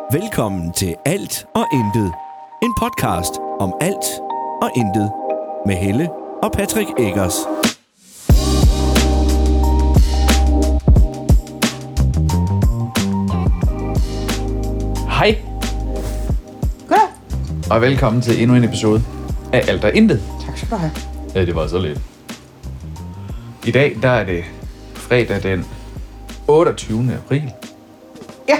Velkommen til Alt og Intet. En podcast om alt og intet. Med Helle og Patrick Eggers. Hej. Goddag. Og velkommen til endnu en episode af Alt og Intet. Tak skal du have. Ja, det var så lidt. I dag, der er det fredag den 28. april. Ja.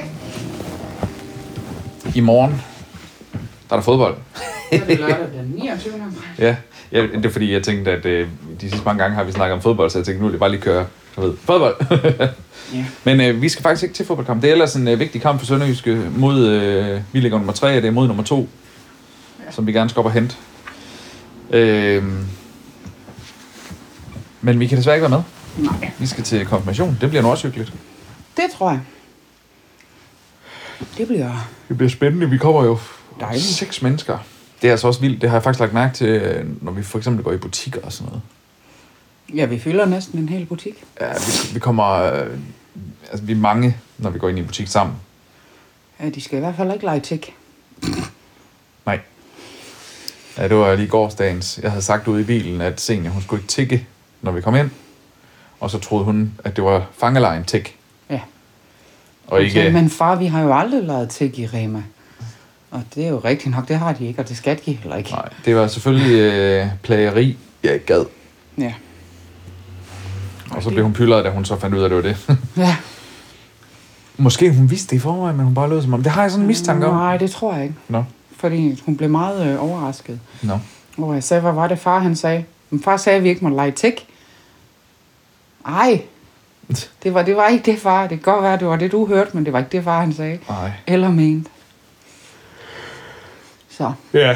I morgen, der er der fodbold. Det er lørdag den 29. april. Ja, det er fordi, jeg tænkte, at de sidste mange gange har vi snakket om fodbold, så jeg tænkte, nu er det bare lige køre, fodbold. Ja. Men vi skal faktisk ikke til fodboldkamp. Det er ellers en vigtig kamp for Sønderjyske mod, vi ligger nummer 3, og det er mod nummer 2, som vi gerne skal op og hente. Men vi kan desværre ikke være med. Nej. Vi skal til konfirmation. Det bliver nu også hyggeligt. Det tror jeg. Det bliver spændende. Vi kommer jo dejligt. 6 mennesker. Det er altså også vildt. Det har jeg faktisk lagt mærke til, når vi for eksempel går i butikker og sådan noget. Ja, vi fylder næsten en hel butik. Ja, vi kommer... altså, vi er mange, når vi går ind i en butik sammen. Ja, de skal i hvert fald ikke lege tik. Nej. Ja, det var lige gårsdagens. Jeg havde sagt ude i bilen, at Senior, hun skulle ikke tikke, når vi kom ind. Og så troede hun, at det var fangelejen tik. Ja. Og ikke... Men far, vi har jo aldrig leget tik i Rema. Og det er jo rigtigt nok, det har de ikke, og det skal de heller ikke. Nej, det var selvfølgelig plageri, jeg ikke gad. Ja. Og så blev hun pyldret, da hun så fandt ud af, at det var det. Ja. Måske hun vidste det i forvejen, men hun bare lød som om. Det har jeg sådan en mistanke om. Nej, det tror jeg ikke. Nå. Fordi hun blev meget overrasket. Nå. Hvor jeg sagde, hvad var det far, han sagde? Men far sagde, at vi ikke måtte lege tik. Ej, det var ikke det, far. Det kan godt være, det var det, du hørte, men det var ikke det, far, han sagde. Nej. Eller mente. Så. Ja.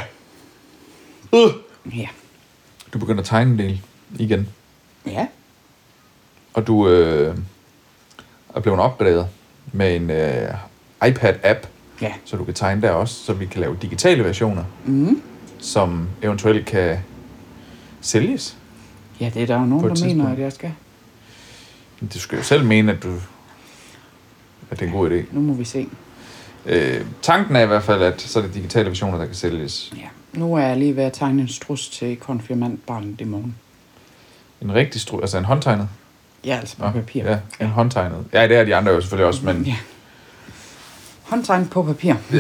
Ja. Du begynder at tegne en del igen. Ja. Og du er blevet opgraderet med en iPad-app, Ja. så du kan tegne der også, så vi kan lave digitale versioner, som eventuelt kan sælges. Ja, det er der jo nogen, der mener, at jeg skal. Men du skal jo selv mene, at det er en god idé. Nu må vi se. Tanken er i hvert fald, at så er det digitale versioner, der kan sælges. Ja. Nu er jeg lige ved at tegne en strus til konfirmandbarnet i morgen. En rigtig altså en håndtegnet? Ja, altså på papir. Ja, en håndtegnet. Ja, det er de andre jo selvfølgelig også, men... Ja. Håndtegnet på papir. Ja.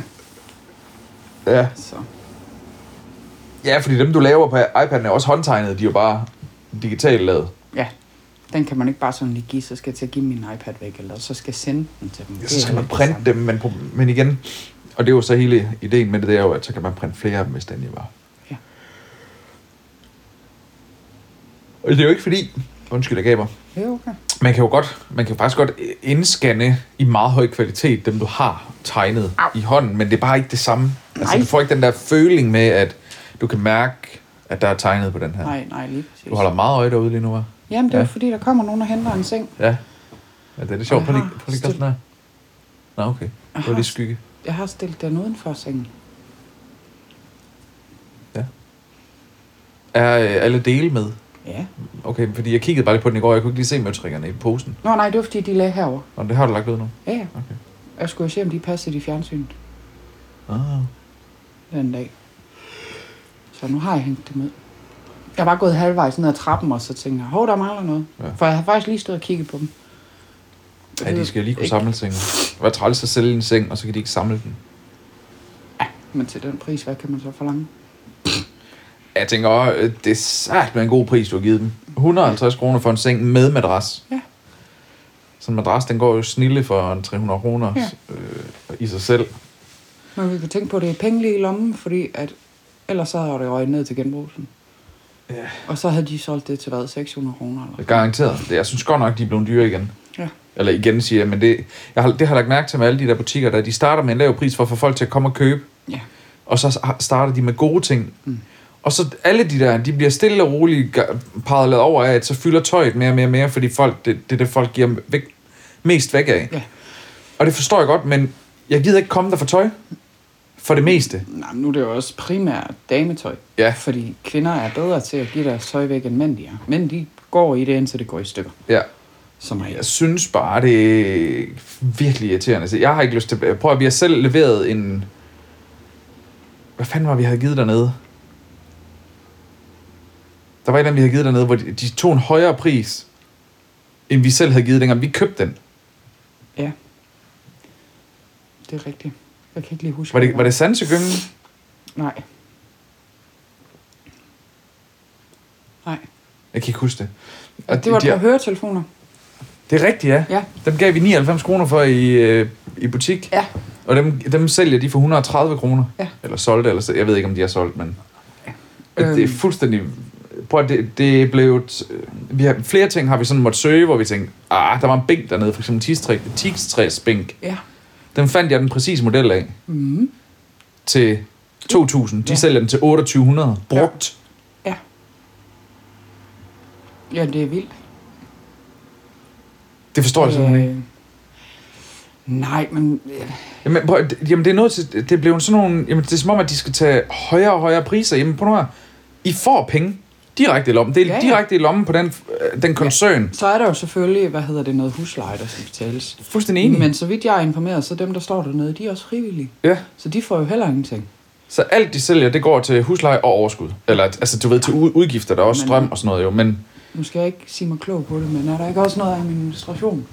Ja. Så. Ja, fordi dem, du laver på iPad'en, er også håndtegnet. De er jo bare digitalt lavet. Ja. Den kan man ikke bare sådan lige give, så skal jeg til at give min iPad væk, eller så skal jeg sende den til dem. Ja, så skal man printe dem, men igen... Og det er jo så hele ideen med det, det er jo, at så kan man printe flere af dem, hvis den jo var. Ja. Og det er jo ikke fordi... Undskyld, jeg gaber. Det er okay. Man kan faktisk godt indscanne i meget høj kvalitet, dem du har tegnet i hånden, men det er bare ikke det samme. Altså, du får ikke den der føling med, at du kan mærke, at der er tegnet på den her. Nej, lige præcis. Du holder meget øje derude lige nu, hva'? Jamen, det er fordi, der kommer nogen og henter en seng. Ja. Ja, det er lidt sjovt. Prøv lige sådan her. Nå, okay. Det var lige skygge. Jeg har stillet den uden for sengen. Ja. Er alle dele med? Ja. Okay, fordi jeg kiggede bare lige på den i går, jeg kunne ikke lige se møtrikkerne i posen. Nå, nej, det var fordi, de lagde herovre. Nå, det har du lagt ud nu? Ja. Okay. Jeg skulle jo se, om de passede i fjernsynet den dag. Så nu har jeg hængt dem ud. Jeg var gået halvvejs ned ad trappen, og så tænkte jeg, der mangler noget. Ja. For jeg har faktisk lige stået og kigget på dem. Ja, de skal lige kunne samle sengen. Hvad træls at sælge en seng, og så kan de ikke samle den. Ja, men til den pris, hvad kan man så forlange? Jeg tænker, det er sagt en god pris, du har givet dem. 150 kroner for en seng med madras. Ja. Så en madras, den går jo snille for 300 kroner i sig selv. Men vi kan tænke på, at det er penge lige i lommen, fordi at ellers så havde det røget ned til genbrugsen. Ja. Og så havde de solgt det til 600 kroner. Eller? Garanteret. Jeg synes godt nok, de er blevet dyre igen. Ja. Eller igen siger jeg, men det har jeg lagt mærke til med alle de der butikker, der de starter med en lav pris for at få folk til at komme og købe. Ja. Og så starter de med gode ting. Og så alle de der, de bliver stille og roligt parret over af, at så fylder tøjet mere og mere, fordi folk, det er det, folk giver mest væk af. Ja. Og det forstår jeg godt, men jeg gider ikke komme der for tøj. For det meste. Nej, nu er det jo også primært dametøj. Ja. Fordi kvinder er bedre til at give deres tøj væk, end mænd de er. Mænd, de går i det, indtil det går i stykker. Ja. som regel. Jeg synes bare, det er virkelig irriterende. Så jeg har ikke lyst til... Prøv at vi har selv leveret en... Hvad fanden var vi havde givet dernede? Der var et eller andet, vi havde givet dernede, hvor de tog en højere pris, end vi selv havde givet dengang. Vi købte den. Ja. Det er rigtigt. Jeg kan ikke lige huske. Var det Sansegyngen? Nej. Jeg kan ikke huske det. Og det var et par høretelefoner. Det er rigtigt, ja. Ja. Dem gav vi 99 kroner for i butik. Ja. Og dem sælger de for 130 kroner. Ja. Eller solgte, eller jeg ved ikke, om de har solgt, men... Det er fuldstændig... Prøv at det er blevet... flere ting har vi sådan måtte søge, hvor vi tænkte, der var en bænk dernede, for eksempel teaktræsbænk. Ja. Den fandt jeg den præcise model af. Mm-hmm. Til 2.000. De sælger den til 2.800. Brugt. Ja. Ja, det er vildt. Det forstår jeg simpelthen ikke. Nej, men... Jamen, det er noget til... Det blev sådan nogle... Jamen, det er som om, at de skal tage højere og højere priser. Jamen, på nu her. I får penge direkte i lommen. Det er direkte i lommen på den koncern. Ja. Så er der jo selvfølgelig, noget husleje, der skal betales. Fuldstændig enig. Men så vidt jeg er informeret, så dem, der står dernede, de er også frivillige. Ja. Så de får jo heller ingenting. Så alt de sælger, det går til husleje og overskud. Eller, altså, du ved, til udgifter. Der er også strøm og sådan noget, jo. Men... Nu skal jeg ikke sige mig klog på det, men er der ikke også noget af administration?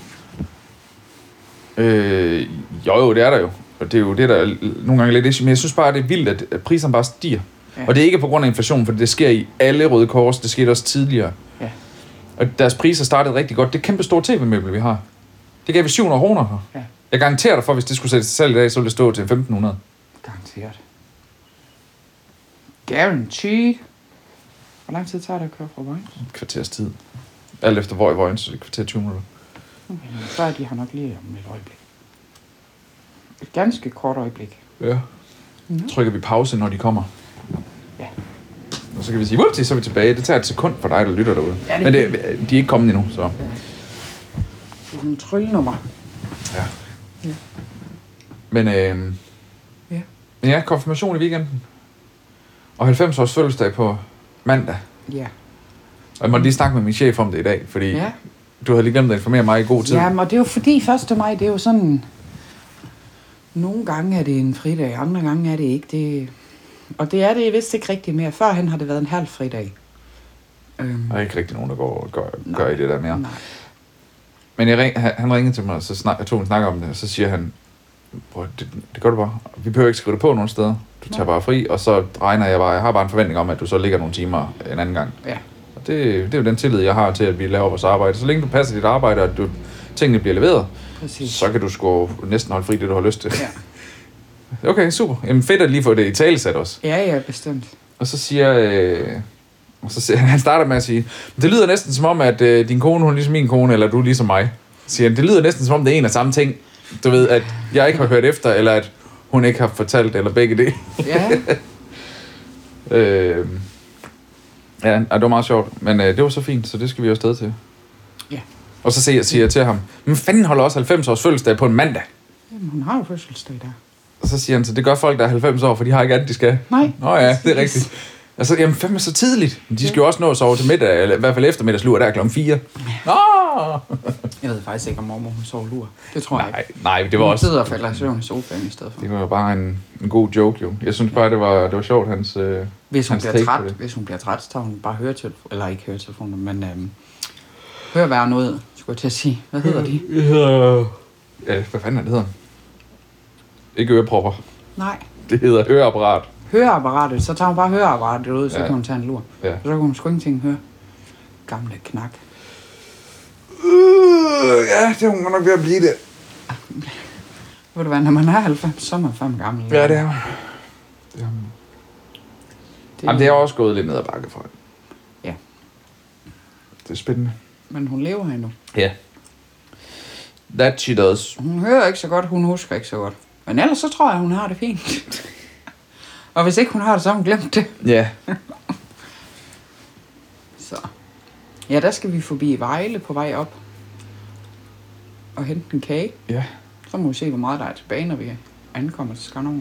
Jo, det er der jo. Og det er jo det, der er nogle gange lidt issue. Men jeg synes bare, det er vildt, at priserne bare stiger. Ja. Og det er ikke på grund af inflation, for det sker i alle Røde Kors. Det skete også tidligere. Ja. Og deres priser startede rigtig godt. Det kæmpe store tv-møbel, vi har. Det gav vi 700 kroner her. Ja. Jeg garanterer dig for, hvis det skulle sættes til salg i dag, så ville det stå til 1.500. Garanteret. Guaranteed. Hvor lang tid tager det at køre fra Vojens? Et kvarters tid. Alt efter hvor i Vojens, så det kvarter 20 minutter. Okay, så er de her nok lige om et øjeblik. Et ganske kort øjeblik. Ja. Mm-hmm. Trykker vi pause, når de kommer. Ja. Og så kan vi sige, whoopty, så er vi tilbage. Det tager et sekund for dig, der lytter derude. Ja, men de er ikke kommet endnu, så... Ja. Det er en tryllenummer. Ja. Ja. Men ja, konfirmation i weekenden. Og 90-års fødselsdag på mandag. Ja. Og jeg måtte lige snakke med min chef om det i dag, fordi du havde lige glemt at informere mig i god tid. Ja, og det er jo fordi 1. maj, det er jo sådan... Nogle gange er det en fridag, andre gange er det ikke. Og det er det vist ikke rigtigt mere. Førhen har det været en halv fridag. Der er ikke rigtig nogen, der går og gør i det der mere. Nej. Men han ringede til mig, og så jeg tog en snak om det, og så siger han, det gør du bare. Vi behøver ikke skrive det på nogen steder. Du tager bare fri, og så regner jeg bare. Jeg har bare en forventning om, at du så ligger nogle timer en anden gang. Ja. Og det er jo den tillid, jeg har til, at vi laver vores arbejde. Så længe du passer dit arbejde, og tingene bliver leveret, præcis, så kan du sgu næsten holde fri, det du har lyst til. Ja. Okay, super. Jamen fedt at lige få det i talesat også. Ja, bestemt. Og så siger han starter med at sige, det lyder næsten som om, at din kone, hun er ligesom min kone, eller du er ligesom mig. Siger han, det lyder næsten som om, det er en og samme ting. Du ved, at jeg ikke har hørt efter, eller at hun ikke har fortalt, eller begge det. Ja. Ja, det var meget sjovt. Men det var så fint, så det skal vi jo afsted til. Ja. Og så siger jeg til ham, men fanden holder også 90 års fødselsdag på en mandag? Jamen, hun har jo fødselsdag der. Og så siger han, så det gør folk, der er 90 år, for de har ikke andet, de skal. Nej. Nå ja, det er rigtigt. Altså, jamen fandme så tidligt. De skal jo også nå at sove til middag, eller i hvert fald eftermiddagslur, der er klokken 4. Jeg ved faktisk ikke, om mormor hun sover lur. Det tror jeg ikke. Nej, det var også... Hun sidder og falder i søvn i sofaen i stedet for. Det var jo bare en god joke, jo. Jeg synes bare, det var sjovt, hans hvis hun bliver træt, så tager hun bare høretelefoner, eller ikke høretelefoner, men hørevær noget, skulle jeg til at sige. Hvad hedder de? Det hedder... Ja, hvad fanden er det hedder? Ikke ørepropper. Nej. Det hedder høreapparat. Høreapparatet, så tager hun bare høreapparatet ud, så kan hun tage en lur. Ja. Og så kan hun sgu ingenting høre. Gamle knak. Ja, det er hun nok ved at blive det. Ved du hvad, når man er 90, så er man fandme gammel. Ja, det er hun. Jamen, det er også gået lidt ned ad bakke for hende. Ja. Det er spændende. Men hun lever endnu. Ja. That she does. Hun hører ikke så godt, hun husker ikke så godt. Men ellers så tror jeg, hun har det fint. Og hvis ikke hun har det, så har hun glemt det. Ja. Så. Ja, der skal vi forbi Vejle på vej op. Og hente en kage. Ja. Så må vi se, hvor meget der er tilbage, når vi ankommer til Skanderborg.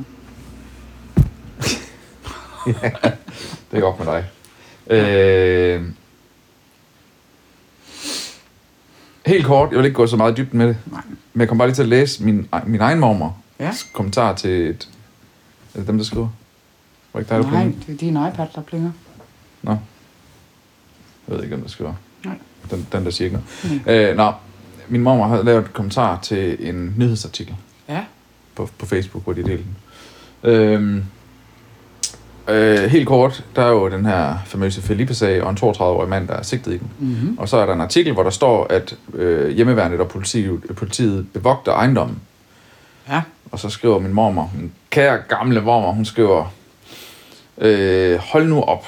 Ja, det er godt med dig. Helt kort, jeg vil ikke gå så meget i dybden med det. Nej. Men jeg kom bare lige til at læse min egen mormor kommentar til et... Er det dem, der skriver? Var ikke dig, der Nej, plinger? det er din iPad, der plinger. Nå. Jeg ved ikke, hvem der skriver. Nej. Den der siger ikke noget. Min mormor har lavet et kommentar til en nyhedsartikel. Ja. På Facebook, hvor de delte den. Helt kort, der er jo den her famøse Felipe-sag, og en 32-årig mand, der er sigtet i den. Mm-hmm. Og så er der en artikel, hvor der står, at hjemmeværnet og politiet bevogter ejendommen. Ja. Og så skriver min mormor, min kære gamle mormor, hun skriver, hold nu op.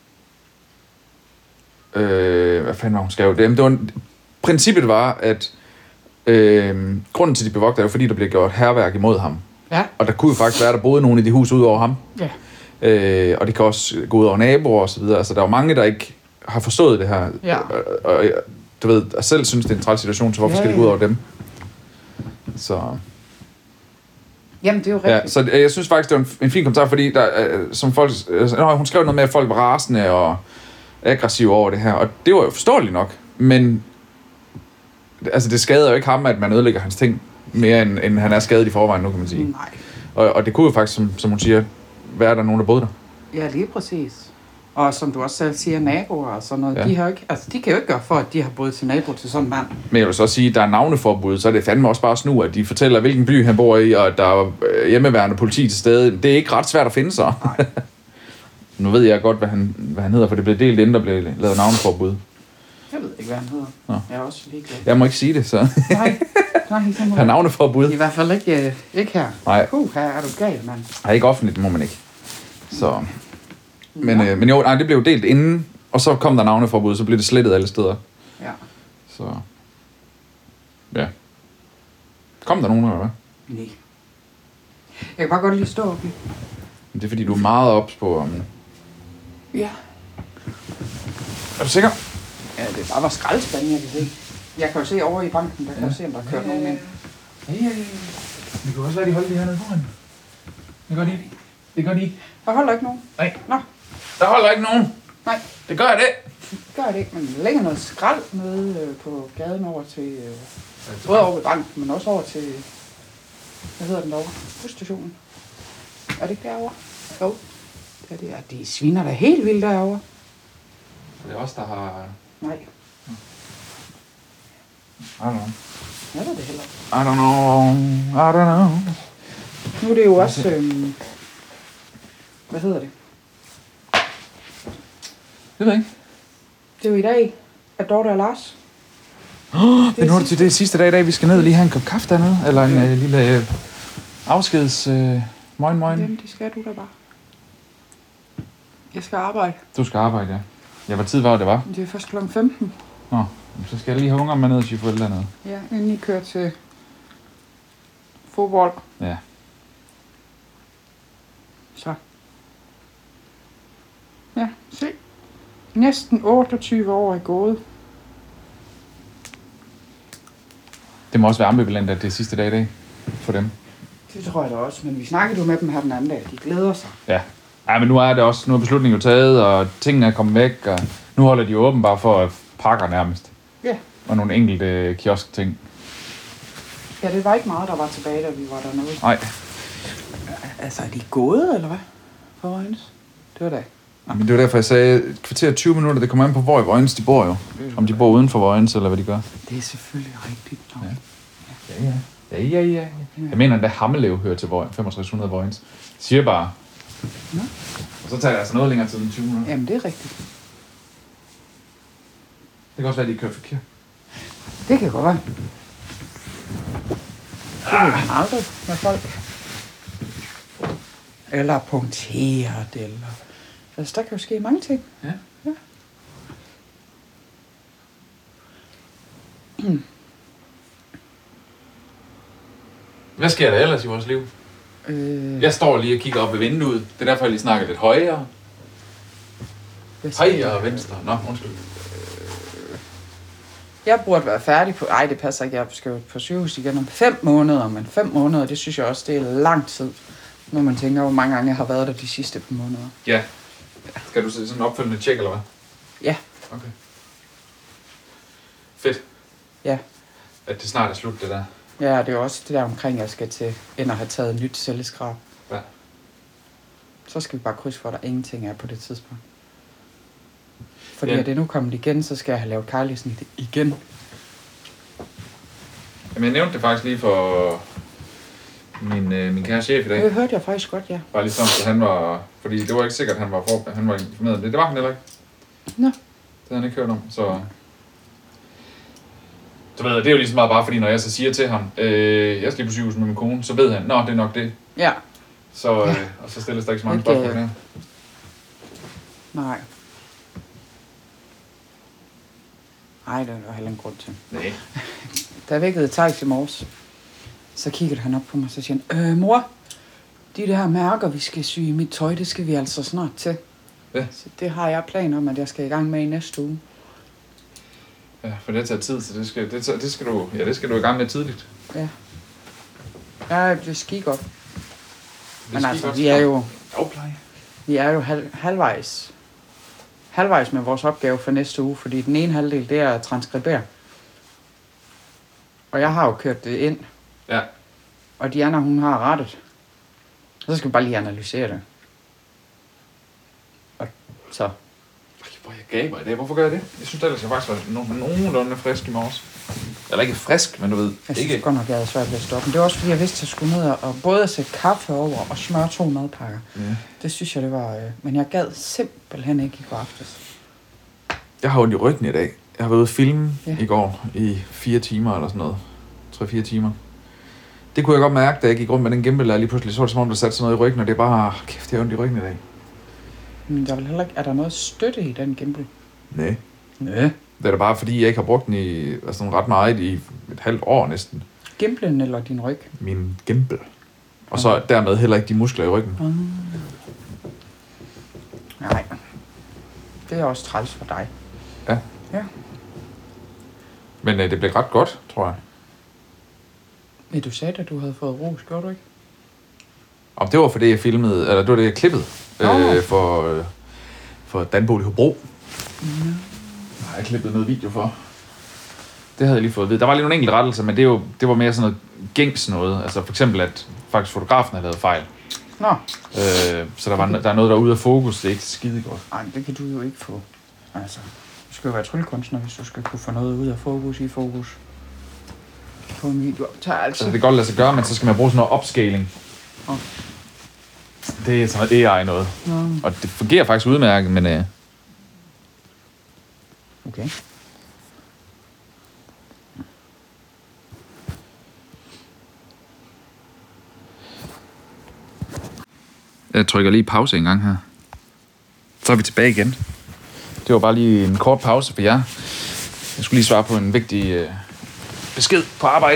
Hvad fanden var hun skrev? Princippet var, at grunden til, de bevogter, er jo fordi, der bliver gjort hærværk imod ham. Ja. Og der kunne jo faktisk være, der boede nogen i de hus ud over ham. Ja. Og det kan også gå ud over naboer og så videre. Altså, der er jo mange, der ikke har forstået det her. Ja. Og du ved, jeg selv synes, det er en træls situation, så hvorfor skal det gå ud over dem? Så... Jamen, det er jo rigtigt. Ja, så jeg synes faktisk, det var en fin kommentar, fordi der, som folk, hun skrev noget med, at folk var rasende og aggressive over det her, og det var jo forståeligt nok, men altså, det skader jo ikke ham, at man ødelægger hans ting, mere end han er skadet i forvejen nu, kan man sige. Nej. Og det kunne jo faktisk, som hun siger, være der nogen, der boede der. Ja, lige præcis. Og som du også selv siger, naboer og sådan noget, Ja. de kan jo ikke gøre for, at de har boet til nabo til sådan en mand. Men jeg vil så sige, at der er navneforbud, så er det fandme også bare snu, at de fortæller, hvilken by han bor i, og at der er hjemmeværende politi til stede. Det er ikke ret svært at finde så. Nej. Nu ved jeg godt, hvad han hedder, for det blev delt inden, der blev lavet navneforbud. Jeg ved ikke, hvad han hedder. Nå. Jeg er også ligeglad. Jeg må ikke sige det, så. Nej, så må Han er navneforbud. I hvert fald ikke her. Nej. Her er du gal, mand. Nej, ikke offentligt, det må man ikke. Så. Men jo, nej, det blev delt inden, og så kom der navneforbud, så blev det slettet alle steder. Ja. Så. Ja. Kom der nogen, eller hvad? Nej. Jeg kan bare godt lige stå op i. Men det er fordi, du er meget ops på... Ja. Er du sikker? Ja, det er bare skraldespanden, jeg kan se. Jeg kan jo se over i banken, der kan jeg se, om der er kørt nogen ind. Ja. Det kan også være, de holder det hernede foran. Det gør de ikke. Det gør de ikke. Der holder ikke nogen. Nej. Nå, Der holder ikke nogen. nej, Det gør jeg det. gør det ikke. Men der ligger noget skrald nede på gaden over til... både over ved banken, men også over til... Hvad hedder den derovre? Busstationen. Er det ikke derovre? Jo. Ja, det er. De sviner da helt vildt derovre. Det er os, der har... Nej, I don't know. er det det heller? I don't know. Nu er det jo også... hvad hedder det? Det ved jeg ikke. Det er jo i dag, at Dorte og Lars... Det er nu til det sidste dag i dag, vi skal ned og lige have en kop kaffe dernede. Eller en lille afskeds... moin. Jamen, det skal du da bare. Jeg skal arbejde. Du skal arbejde, ja. Ja, hvad tid var det, var? Det er først kl. 15. Nå, så skal jeg lige have ungerne med ned og sige farvel dernede. Ja, inden I kører til fodbold. Ja. Så. Ja, se. Næsten 28 år er gået. Det må også være ambivalent, at det er sidste dag i dag for dem. Det tror jeg da også, men vi snakkede jo med dem her den anden dag. De glæder sig. Ja. Ja, men nu er beslutningen jo taget, og tingene er kommet væk, og nu holder de jo åben bare for pakker nærmest. Ja. Og nogle enkelte kiosk-ting. Ja, det var ikke meget, der var tilbage, da vi var dernede. Nej. Altså, er de gået, eller hvad? På Vojens? Det var da. Men det var derfor, jeg sagde, et kvarter 20 minutter, det kommer an på, hvor i Vojens de bor jo. Om de bor uden for Vojens, eller hvad de gør. Det er selvfølgelig rigtigt nok. Ja. Ja. Jeg mener, at Hammelev hører til Vojens, 6500 Vojens. Siger bare. Nå. Og så tager det altså noget længere tid end 20 minutter. Jamen, det er rigtigt. Det kan også være, at de kører forkert. Det kan godt være. Det vil man aldrig med folk. Eller punkteret, eller... Altså, der kan jo ske mange ting. Ja. Hvad sker der ellers i vores liv? Jeg står lige og kigger op ved vinduet. Det er derfor, jeg lige snakker lidt højere. Højre og venstre. Nå, undskyld. Jeg burde være færdig på... Ej, det passer ikke. Jeg skal jo på sygehus igen om 5 måneder. Men 5 måneder, det synes jeg også, det er lang tid. Når man tænker, hvor mange gange jeg har været der de sidste par måneder. Ja. Skal du se sådan en opfølgende tjek, eller hvad? Ja. Okay. Fedt. Ja. at det snart er slut, det der. Ja, det er også det der omkring, jeg skal til, end at have taget nyt celleskrab. Ja. Så skal vi bare krydse for, at der ingenting er på det tidspunkt. Fordi Ja. at det nu kommet igen, så skal jeg have lavet kejlesnit igen. Jamen, jeg nævnte det faktisk lige for min kære chef i dag. Det hørte jeg faktisk godt, ja. Bare ligesom, at han var... Fordi det var ikke sikkert, at han var informeret om det. Det var han heller ikke. Nå. Det havde han ikke hørt om, så... Så ved jeg, det er jo lige så meget bare fordi, når jeg så siger til ham, jeg skal lige på sygehus med min kone, så ved han, nå, det er nok det. Ja. Så, og så stilles der ikke så mange spørgsmål her. Nej. Nej, det er der heller en grund til. Nej. Da jeg vækkede Theis i morges, så kiggede han op på mig, og så siger han, mor, de der mærker, vi skal sy i mit tøj, det skal vi altså snart til. Ja. Så det har jeg planer om, at jeg skal i gang med i næste uge. Ja, for det tager tid, så det skal du i gang med tidligt. Ja. Ja, det sker godt. Men altså, vi er jo halvvejs med vores opgave for næste uge, fordi den ene halvdel, det er at transkribere. Og jeg har jo kørt det ind. Ja. Og Diana, hun har rettet. Så skal vi bare lige analysere det. Og så. Hvor jeg gaber i dag. Hvorfor gør jeg det? Jeg synes ellers, jeg faktisk var nogenlunde frisk i morges. Eller ikke frisk, men du ved. Jeg ikke. synes godt nok, jeg havde svært ved at stoppe. Men det var også fordi, jeg vidste, at jeg skulle ned og både sætte kaffe over og smøre 2 madpakker. Ja. Det synes jeg, det var... Men jeg gad simpelthen ikke i går aftes. Jeg har ondt i ryggen i dag. Jeg har været ude at filme Ja. i går i 4 timer eller sådan noget. 3-4 timer. Det kunne jeg godt mærke, da jeg gik rundt med den gimbal, der lige pludselig så det som om, der satte sådan noget i ryggen, og det er bare, kæft, jeg har ondt i ryggen i dag. Men der er vel heller ikke... Er der noget støtte i den gimbal? Nej. Nej. Det er da bare, fordi jeg ikke har brugt den i altså, ret meget i et halvt år næsten. Gimbalen eller din ryg? Min gimbal. Og så dermed heller ikke de muskler i ryggen. Nej. Det er også træls for dig. Ja. Ja. Men det blev ret godt, tror jeg. Men du sagde, at du havde fået ros, gjorde du ikke? Og det var for det, jeg filmede, eller det var det, jeg klippede for Danbolig Hobro. Jeg har klippet noget video for. Det havde jeg lige fået at vide. Der var lige nogle enkelte rettelser, men det var mere sådan noget gængs noget. Altså for eksempel, at faktisk fotografen havde lavet fejl. Nå. Så der er noget, der er ude af fokus. Det er ikke skide godt. Nej, det kan du jo ikke få. Altså, du skal jo være tryllekunstner, hvis du skal kunne få noget ud af fokus i fokus. På en video. Altså, det kan godt lade sig gøre, men så skal man bruge sådan noget upscaling. Oh. Det er sådan noget AI noget. Og det fungerer faktisk udmærket, men... Okay. Jeg trykker lige pause en gang her. Så er vi tilbage igen. Det var bare lige en kort pause for jer. Jeg skulle lige svare på en vigtig besked på arbejde.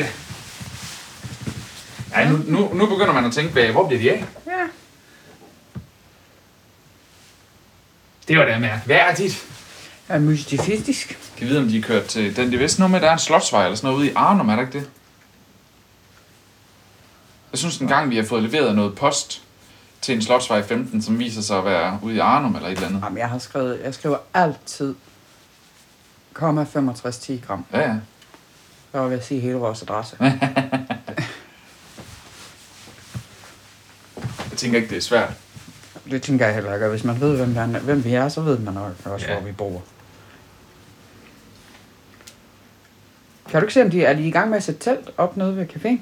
Ja, nu begynder man at tænke, hvor bliver de af? Ja. Det var da mærkværdigt. Er mystifistisk. Kan jeg vide, om de er kørt til den? Det er vist noget med, at der er en slotsvej eller sådan noget ude i Arnum, er der ikke det? Jeg synes en gang, vi har fået leveret noget post til en slotsvej 15, som viser sig at være ude i Arnum eller et eller andet. Jamen, jeg skriver altid 0,65 gram. Ja, ja. Jeg var ved at sige hele vores adresse. Jeg tænker ikke, det er svært. Det tænker jeg heller ikke. Og hvis man ved, hvem vi er, så ved man nok også, Ja. hvor vi bor. Kan du ikke se, om de er lige i gang med at sætte telt op nede ved caféen?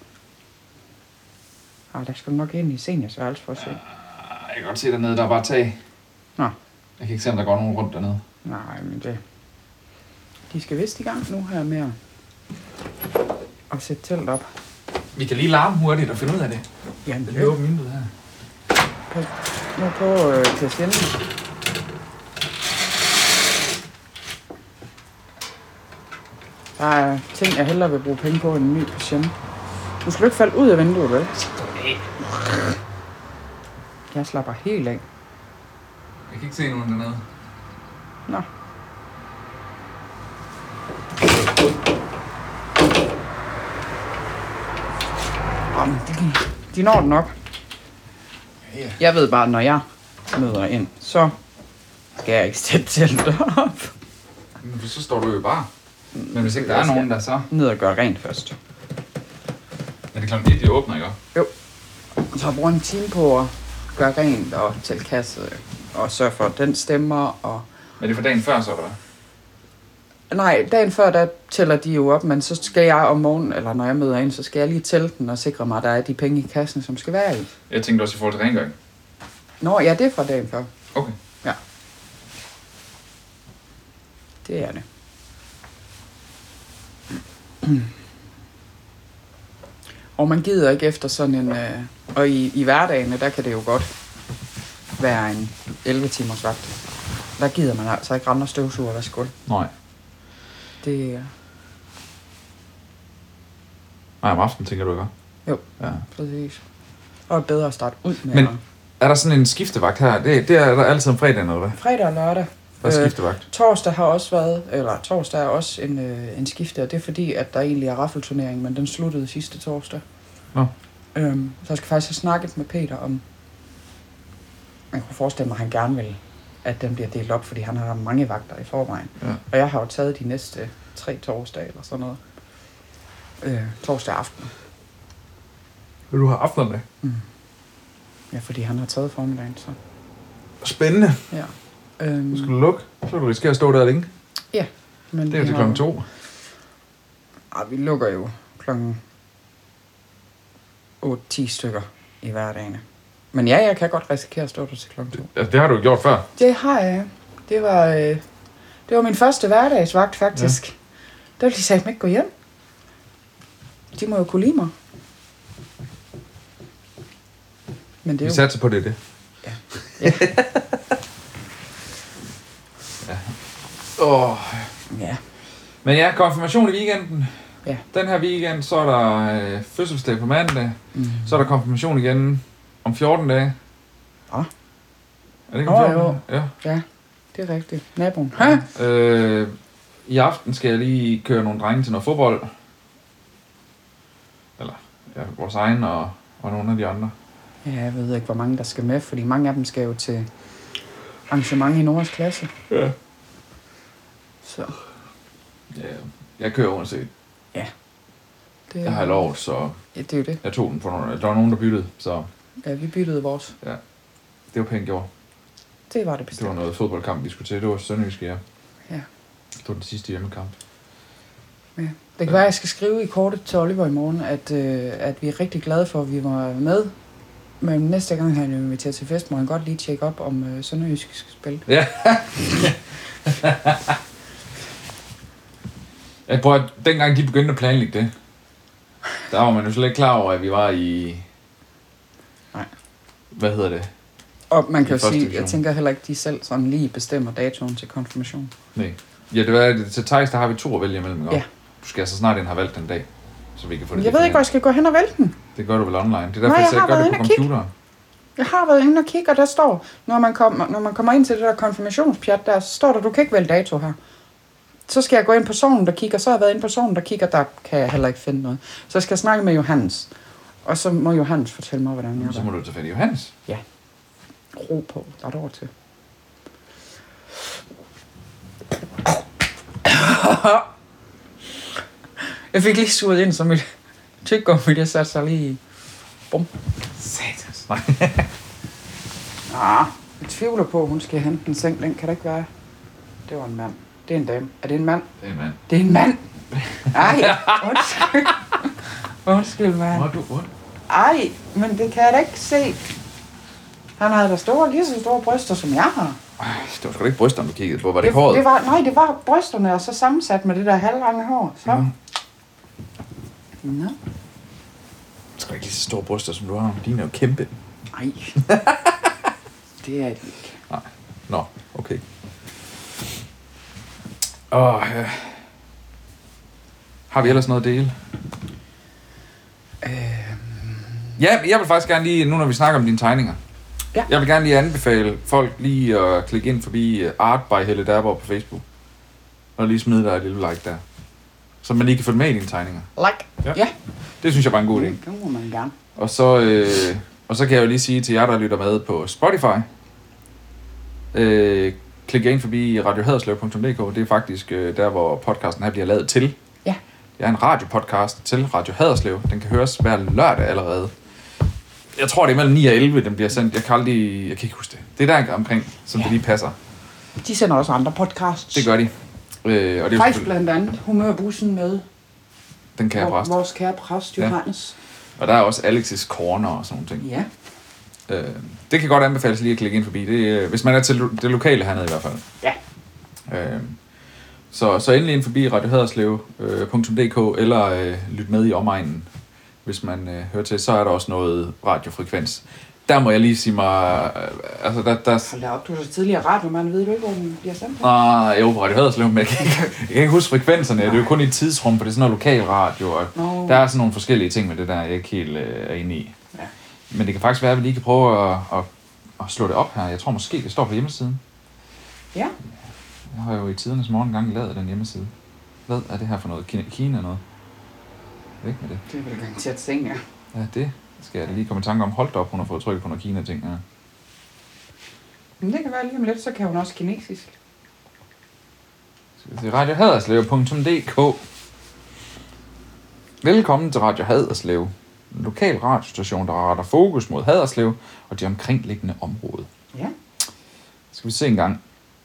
Der skal du nok ind i seniors værelse for at se. Jeg kan godt se dernede, der er bare tag. Nå. Jeg kan ikke se, om der går nogen rundt dernede. Nej, men det... De skal vist i gang nu her med at sætte telt op. Vi kan lige larme hurtigt og finde ud af det. Jamen, Jeg løber vinduet her. pas nu på til at sende. Der er ting, jeg hellere vil bruge penge på end en ny patient. Du skal ikke falde ud af vinduet, vel? Jeg slapper helt af. Jeg kan ikke se nogen dernede. Nå. Jamen, de når det nok. Ja. Jeg ved bare, når jeg møder ind, så skal jeg ikke sætte teltet op. Men så står du jo bare. Men hvis ikke der er nogen, der så... Ned og gøre rent først. Er det klokken 1, de åbner, ikke? Jo. Så jeg bruger en time på at gøre rent og tælle kasse og sørge for, at den stemmer. Og... Er det for dagen før, så, eller hvad? Nej, dagen før, der tæller de jo op, men så skal jeg om morgenen, eller når jeg møder ind, så skal jeg lige tælle den og sikre mig, at der er de penge i kassen, som skal være i. Jeg tænkte også i forhold til rengøring. Nå, ja, det er fra dagen før. Okay. Ja. Det er det. Og man gider ikke efter sådan en... og i hverdagene, der kan det jo godt være en 11 timers vagt. Der gider man altså ikke rende og støvsuge og vaske gulv. Nej. Det er... Nej, om aftenen tænker du ikke? Jo, Ja. præcis. Og bedre at starte ud med. Men er der sådan en skiftevagt her? Det er der altid om fredagen, eller hvad? Fredag og lørdag. Hvad er skiftevagt? Torsdag har også været, eller torsdag er også en skifte, og det er fordi, at der egentlig er raffelturnering, men den sluttede sidste torsdag. Nå. Så jeg skal faktisk have snakket med Peter om, jeg kunne forestille mig, at han gerne vil, at den bliver delt op, fordi han har mange vagter i forvejen. Ja. Og jeg har jo taget de næste 3 torsdage eller sådan noget. Torsdag aften. Vil du have aftenerne? Ja, fordi han har taget formiddagen, så. Spændende. Ja. Nu skal du lukke, så du risikere at stå der længe. Ja. Men Det er jo til klokken 2. Vi lukker jo klokken 8-10 stykker i hverdagene. Men ja, jeg kan godt risikere at stå der til klokken 2. Altså, det har du jo gjort før. Det har jeg. Det var min første hverdagsvagt, faktisk. Ja. Der ville de sagt mig ikke gå hjem. De må jo kunne lide mig. Men det er Vi jo... satser på det. Ja. Ja. Ja. Men ja, konfirmation i weekenden. Ja. Den her weekend, så er der fødselsdag på mandag. Så er der konfirmation igen om 14 dage. Ja. Er det ikke om 14 dage? Ja, det er rigtigt. Naboen. I aften skal jeg lige køre nogle drenge til noget fodbold. Eller ja, vores egen og nogle af de andre. Ja, jeg ved ikke, hvor mange der skal med, fordi mange af dem skal jo til arrangement i Noras klasse. Ja. Så. Ja, jeg kører uanset. Ja. Det, Jeg har lov, så ja, det er jo det. jeg tog den for nogle. Der var nogen, der byttede, så Ja, vi byttede vores. det var pænt gjort. Det var det Det bestemt. var noget fodboldkamp, vi skulle til. Det var Sønderjyske, ja. Ja. Det var den sidste hjemmekamp. Ja. Det kan være, at jeg skal skrive i kortet til Oliver i morgen, at vi er rigtig glade for, at vi var med. Men næste gang han inviterer til fest, må han godt lige tjekke op, om Sønderjysk skal spille. Ja. Jeg prøver, dengang de begyndte at planlægge det, der var man jo slet ikke klar over, at vi var i... Nej. Hvad hedder det? Og man kan I jo første sige, division. jeg tænker heller ikke, de selv sådan lige bestemmer datoen til konfirmation. Nej. Ja, det var til Thijs, der har vi 2 at vælge imellem. Ja. Du skal altså snart ind have valgt den dag, så vi kan få det. Jeg ved ikke, hvor jeg skal gå hen og vælge den. Det gør du vel online. Det er derfor, Nej, jeg jeg har gør været det på inde og kigge. computeren. Jeg har været inde og kigge, og der står, når man kommer ind til det der konfirmationspjat, der står der, du kan ikke vælge dato her. Så skal jeg gå ind på sognen, der kigger, så har jeg været inde på sognen, der kigger, der kan jeg heller ikke finde noget. Så jeg skal snakke med Johannes, og så må Johannes fortælle mig, hvordan jeg Så må du tage fat i Johannes. ro på, der er et ord til. Jeg fik lige suget ind, så mit tyggegummi, det satte sig lige i. Bum. Satans. Nej. Jeg tvivler på, at hun skal hente en seng. Den kan da ikke være. Det var en mand. Det er en dame. Er det en mand? Det er en mand. Det er en mand. Ej, undskyld. Undskyld, mand. Hvor er du ondt? Ej, men det kan jeg da ikke se. Han havde da lige så store bryster, som jeg har. Det var sgu da ikke brysterne, du kiggede på. Var det håret? Det var brysterne, og så sammensat med det der halvlange hår. Så. Ja. Nå. Det skal ikke lige så store bryster, som du har. Dine er jo kæmpe. Nej. Det er det ikke. Nej. Nå, okay. Ja. Har vi ellers noget at dele? Ja, jeg vil faktisk gerne lige, nu når vi snakker om dine tegninger. Ja. Jeg vil gerne lige anbefale folk lige at klikke ind forbi Art by Helle Derborg på Facebook. Og lige smide der et lille like der. Så man lige kan følge med i dine tegninger. Like. Ja. Det synes jeg bare er en god idé. Det må man gerne. Og så kan jeg jo lige sige til jer, der lytter med på Spotify. klik ind forbi radiohaderslev.dk. Det er faktisk der, hvor podcasten her bliver lavet til. Ja. Det er en radiopodcast til Radio Haderslev. Den kan høres hver lørdag allerede. Jeg tror, det er mellem 9 og 11, den bliver sendt. Jeg kan ikke huske det. Det er der omkring, som det lige passer. De sender også andre podcasts. Det gør de. Og det er faktisk blandt andet Humørbussen med den kære præst. Vores kære præst, Johannes. Og der er også Alex's Corner og sådan nogle ting. Ja. Det kan godt anbefales lige at klikke ind forbi. Det, hvis man er til det lokale hernede i hvert fald. Ja. Så endelig ind forbi radiohaderslev.dk eller lyt med i omegnen, hvis man hører til. Så er der også noget radiofrekvens. Der må jeg lige sige mig... altså, Hold da op, du er så tidligere radiomand. Ved du ikke, hvor den bliver sendt på? Nej, jo, på Radio Haderslev, men jeg kan ikke huske frekvenserne. Det er jo kun i et tidsrum, for det er sådan noget lokal radio, og der er sådan nogle forskellige ting med det der, jeg ikke helt er inde i. Ja. Men det kan faktisk være, at vi lige kan prøve at slå det op her. Jeg tror måske, det står på hjemmesiden. Ja. Jeg har jo i tidernes morgen gang lavet den hjemmeside. Hvad er det her for noget? Kina noget? Væk med det. Det vil jeg garanteret tænke, ja. Ja, det skal jeg lige komme i tanke om. Hold op, hun har fået trykket på noget Kina-ting. Ja. Men det kan være lige om lidt, så kan hun også kinesisk. Skal vi se, radiohaderslev.dk. Velkommen til Radio Haderslev. En lokal radiostation, der retter fokus mod Haderslev og de omkringliggende områder. Ja. Skal vi se en gang.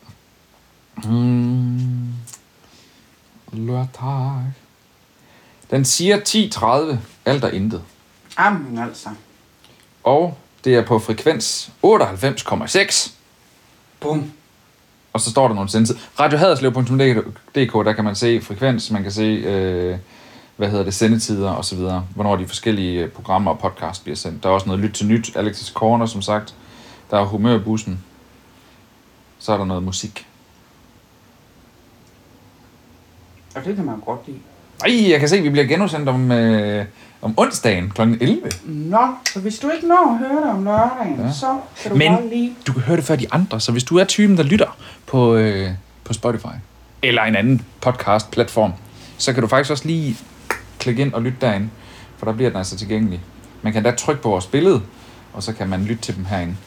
Lørdag. Den siger 10:30, alt og intet. Jamen altså. Og det er på frekvens 98,6. Bum. Og så står der nogle sendetid. Radiohaderslev.dk, der kan man se frekvens, man kan se, sendetider og så videre. Hvornår de forskellige programmer og podcast bliver sendt. Der er også noget Lyt til Nyt, Alex's Corner, som sagt. Der er Humørbussen. Så er der noget musik. Og det kan man godt lide. Ej, jeg kan se, at vi bliver genudsendt om onsdagen kl. 11. Nå, så hvis du ikke når at høre det om lørdagen, så kan du bare lige... du kan høre det før de andre, så hvis du er typen, der lytter på Spotify, eller en anden podcast-platform, så kan du faktisk også lige klikke ind og lytte derinde, for der bliver den altså tilgængelig. Man kan da trykke på vores billede, og så kan man lytte til dem herinde.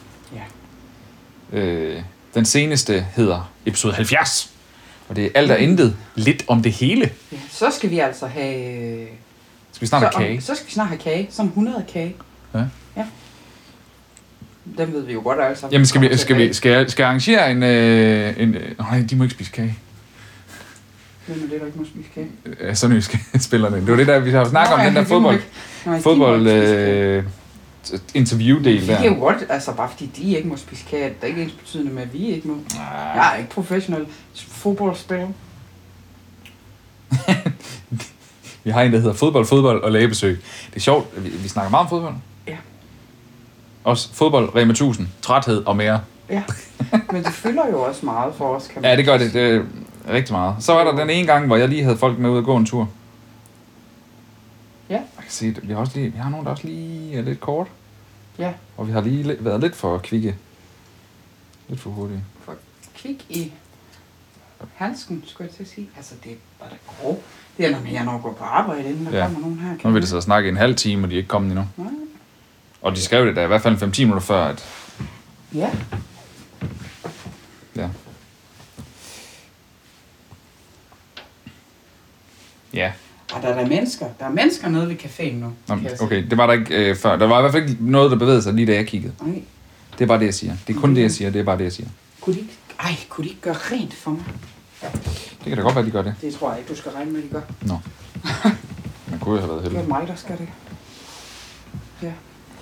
Ja. Den seneste hedder episode 70, og det er alt og intet, lidt om det hele. Ja, så skal vi altså have... Skal vi snart have kage? Så skal vi snart have kage. Sådan 100 kage. Ja. Ja. Dem ved vi jo godt altså. Jamen skal jeg arrangere en nej, de må ikke spise kage. Hvem er det, der ikke må spise kage? Sønderjyske spillerne. Det var det der, vi har snakket om, den der fodbold interviewdel der. Det er jo godt, altså bare fordi de ikke må spise kage, det er ikke ens betydende med, at vi ikke må. Jeg er ikke professionel fodboldspiller. Vi har en, der hedder fodbold og lægebesøg. Det er sjovt, vi snakker meget om fodbold. Ja. Også fodbold, Rema 1000, træthed og mere. Ja, men det fylder jo også meget for os, kan man. Ja, det gør det. Det er rigtig meget. Så var der den ene gang, hvor jeg lige havde folk med ud at gå en tur. Ja. Jeg kan se, vi har nogen, der også lige er lidt kort. Ja. Og vi har lige været lidt for kvikke. Lidt for hurtige. For kvik i handsken, skulle jeg til at sige. Altså, det var da grov. Det er, når jeg når går på arbejde, inden der kommer nogen her. Nu vil det så snakke i en halv time, og de er ikke kommet endnu. Nej. Og de skrev det da i hvert fald 5-10 minutter før, at... Ja. Ja. Ja. Og der er mennesker. Der er mennesker nede ved caféen nu. Okay, det var der ikke før. Der var i hvert fald ikke noget, der bevægede sig lige da jeg kiggede. Nej. Det er bare det, jeg siger. Det er kun det, jeg siger. Det er bare det, jeg siger. Kunne de ikke gøre rent for mig? Det kan da godt være, de gør det. Det tror jeg ikke, du skal regne med, de gør. Nå. Man kunne jo have været heldig. Det er mig, der skal det. Ja.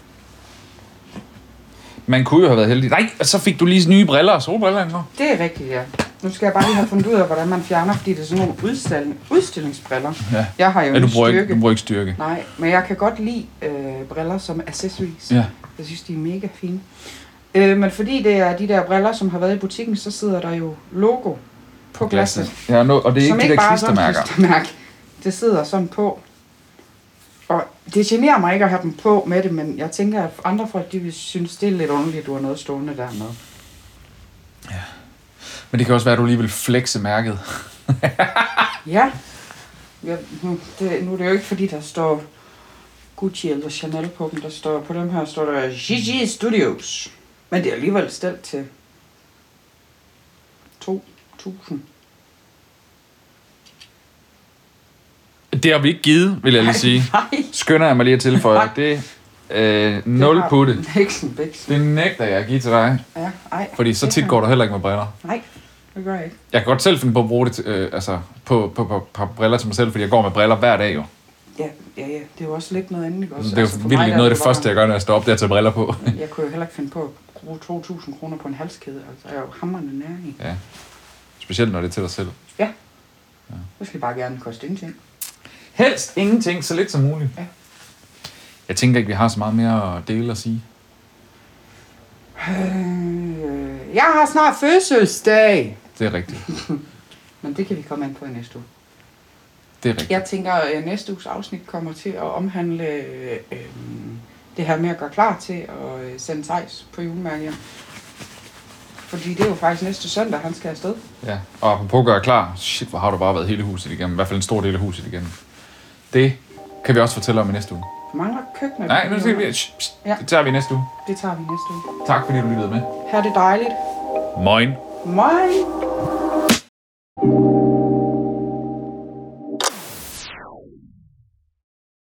Man kunne jo have været heldig. Nej, så fik du lige nye briller og solbriller nu. Det er rigtigt, ja. Nu skal jeg bare lige have fundet ud af, hvordan man fjerner, fordi det er sådan nogle udstillingsbriller. Ja. Jeg har jo du bruger ikke styrke. Nej, men jeg kan godt lide briller som accessories. Ja. Jeg synes, de er mega fine. Men fordi det er de der briller, som har været i butikken, så sidder der jo logo på glasset. Ja, og det er ikke de der klistermærker. Det sidder sådan på. Og det generer mig ikke at have dem på med det, men jeg tænker, at andre folk, de vil synes, det er lidt underligt, at du har noget stående dernede. Ja. Men det kan også være, at du lige vil flexe mærket. Ja. Nu er det jo ikke, fordi der står Gucci eller Chanel på dem. På dem her står der Gigi Studios. Men det er alligevel stillet til 2.000. Det har vi ikke givet, vil jeg lige sige. Nej. Skynder jeg mig lige at tilføje. Nej. Det 0 putte. Heksen bæksen. Det nægter jeg at give til dig. Ja, ej. Fordi så tit går du heller ikke med briller. Nej, det gør jeg ikke. Jeg kan godt selv finde på at bruge det til, på briller til mig selv, fordi jeg går med briller hver dag jo. Ja. Det er jo også lidt noget andet, ikke også? Det er jo for virkelig mig, noget af det bare- første, jeg gør, når jeg står op der til briller på. Jeg kunne jo heller ikke finde på at bruge 2.000 kroner på en halskæde. Altså, jeg er jo hammerende nær i. Ja. Specielt når det er til dig selv. Ja. Så skal det bare gerne koste ingenting. Helst ingenting, så lidt som muligt. Ja. Jeg tænker ikke, vi har så meget mere at dele og sige. Jeg har snart fødselsdag. Det er rigtigt. Men det kan vi komme an på i næste uge. Det er rigtigt. Jeg tænker, at næste uges afsnit kommer til at omhandle det her med at gøre klar til at sende Theis på julemærke hjem. Fordi det er jo faktisk næste søndag, han skal afsted. Ja, og apropos at gøre klar. Shit, hvor har du bare været hele huset igennem. I hvert fald en stor del af huset igennem. Det kan vi også fortælle om i næste uge. Der mangler køkkenet. Nej, nu skal vi... Ja. Det tager vi i næste uge. Det tager vi næste uge. Tak fordi du lyttede med. Her er det dejligt. Moin. Moin.